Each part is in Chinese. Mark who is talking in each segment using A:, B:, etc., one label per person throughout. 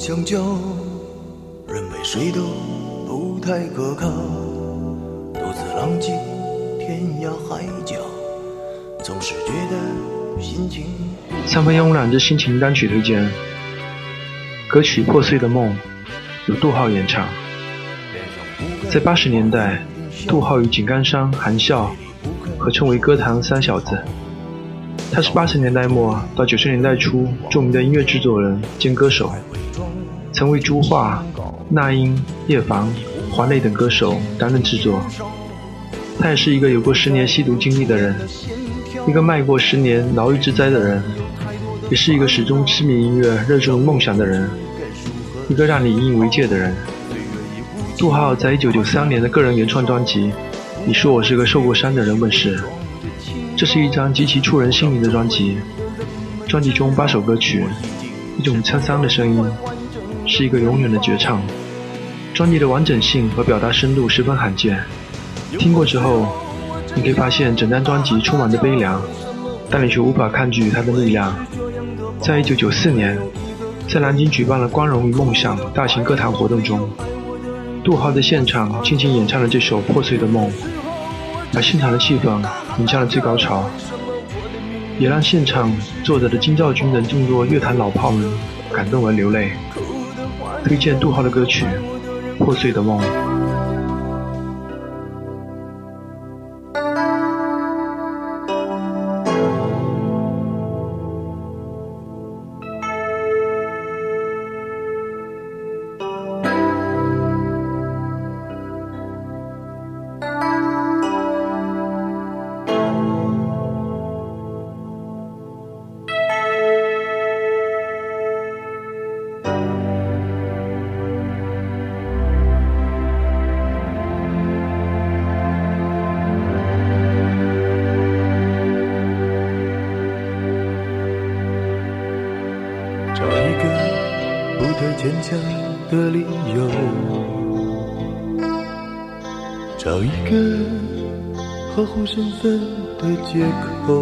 A: 相交，认为谁都不太可靠，独自浪迹天涯海角，总是觉得心情
B: 3分慵懒之心情单曲推荐，歌曲《破碎的梦》由杜浩演唱。在80年代，杜浩与井冈山、韩笑合称为歌坛三小子。他是80年代末到90年代初著名的音乐制作人兼歌手，曾为朱桦、那英、叶凡、黄磊等歌手担任制作。他也是一个有过10年吸毒经历的人，一个迈过10年牢狱之灾的人，也是一个始终痴迷音乐、热衷于梦想的人，一个让你引以为戒的人。杜浩在1993年的个人原创专辑《你说我是个受过伤的人》问世，这是一张极其触人心灵的专辑。专辑中8首歌曲，一种沧桑的声音，是一个永远的绝唱。专辑的完整性和表达深度十分罕见，听过之后，你可以发现整张专辑充满着悲凉，但你却无法抗拒它的力量。在1994年，在南京举办了光荣与梦想大型歌坛活动中，杜浩在现场倾情演唱了这首《破碎的梦》，把现场的气氛引向了最高潮，也让现场坐着的金兆军等众多乐坛老炮们感动而流泪。推荐杜浩的歌曲《破碎的梦》。
A: 找一个不太坚强的理由，找一个呵护身份的借口，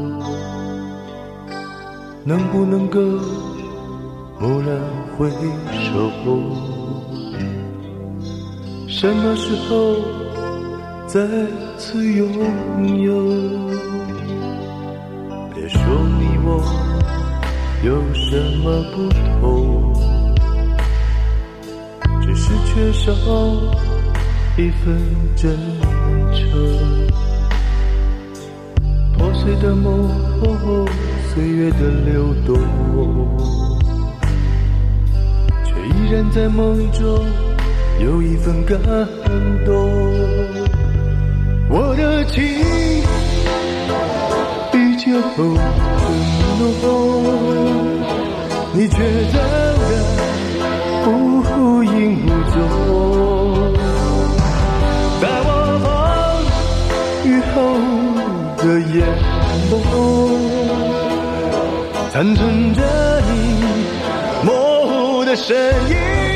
A: 能不能够蓦然回首？什么时候再次拥有？别说你我有什么不同，只是缺少一份真诚。破碎的梦，岁月的流动，却依然在梦中有一份感动。我的情比较真浓，你却仍然无影无踪，在我风雨后的眼眸，残存着你模糊的身影。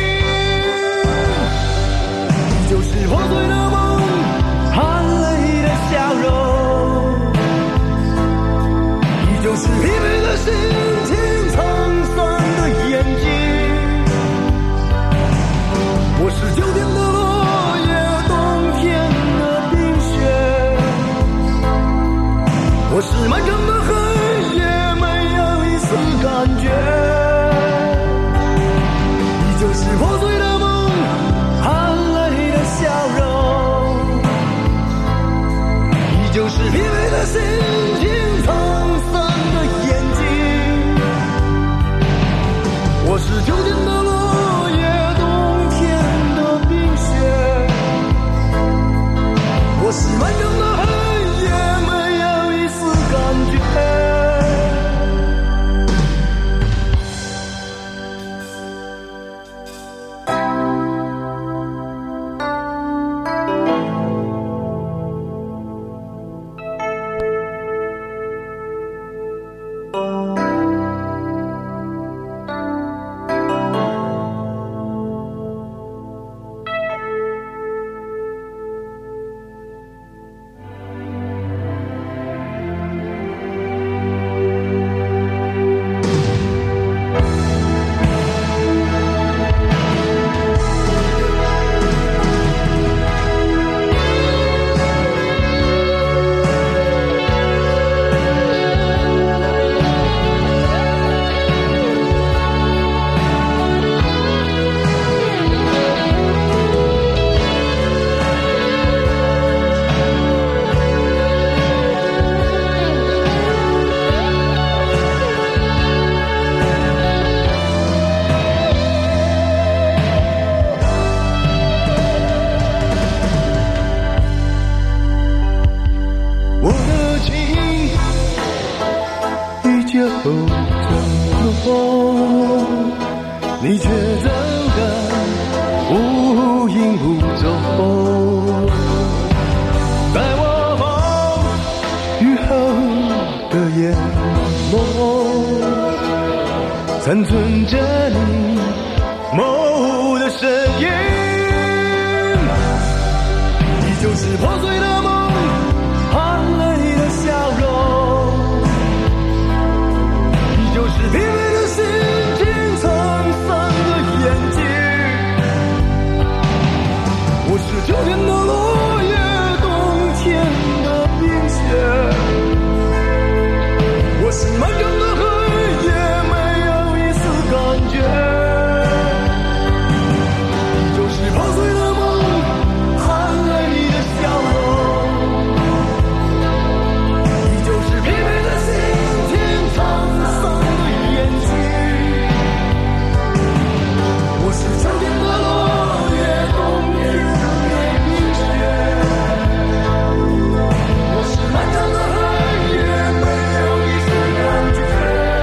A: 你就是破碎的梦，含泪的笑容，你就是疲惫的心情，沧桑的眼睛。我是秋天的落叶，冬天的冰雪，我是漫长的黑夜，没有一丝感觉。你就是破碎的梦，含泪的笑容，你就是疲惫的心情，沧桑的眼睛。我是秋天的落叶，冬天的冰雪，我是漫长的黑夜，没有一丝感觉。 你却走得无影无踪，在我风雨后的眼眸，残存着你模糊的身影，依旧是破碎的梦，含泪的笑容，依旧是疲惫的心情，沧桑的眼睛。我是秋天的落叶，冬天的冰雪，我是漫长的黑夜，没有一丝感觉。破碎的梦，含泪的笑容，依旧是疲惫的心情，沧桑的眼睛。我是秋天的落叶，冬天的冰雪，我是漫长的黑夜，没有一丝感觉。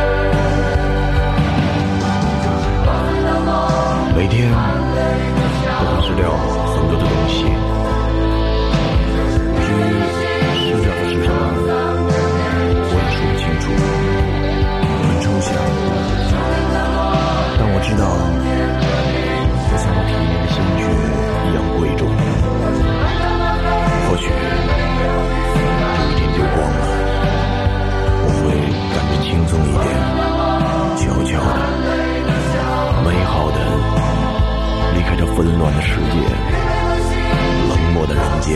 C: 每天都会吃掉很多的东西，至于吃掉的是什么，我也说不清楚，很抽象。但我知道，就像我体内的鲜血一样贵重。或许有一天丢光了，我会感觉轻松一点，悄悄的、美好的离开这纷乱的世界，冷漠的人间，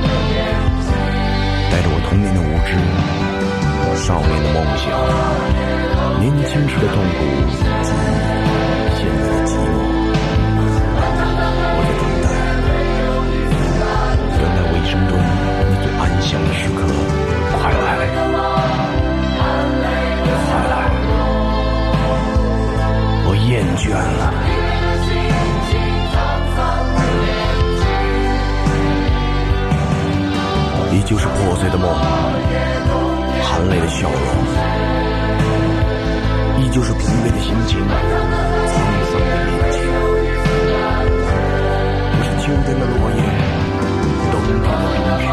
C: 带着我童年的无知，少年的梦想，年轻时的痛苦，现在的寂寞。我在等待我一生中你最安详的时刻，快来，快来，我厌倦了。依旧是破碎的梦，含泪的笑容，依旧是疲惫的心情，沧桑的眼睛。我是秋天的落叶，冬天的冰雪。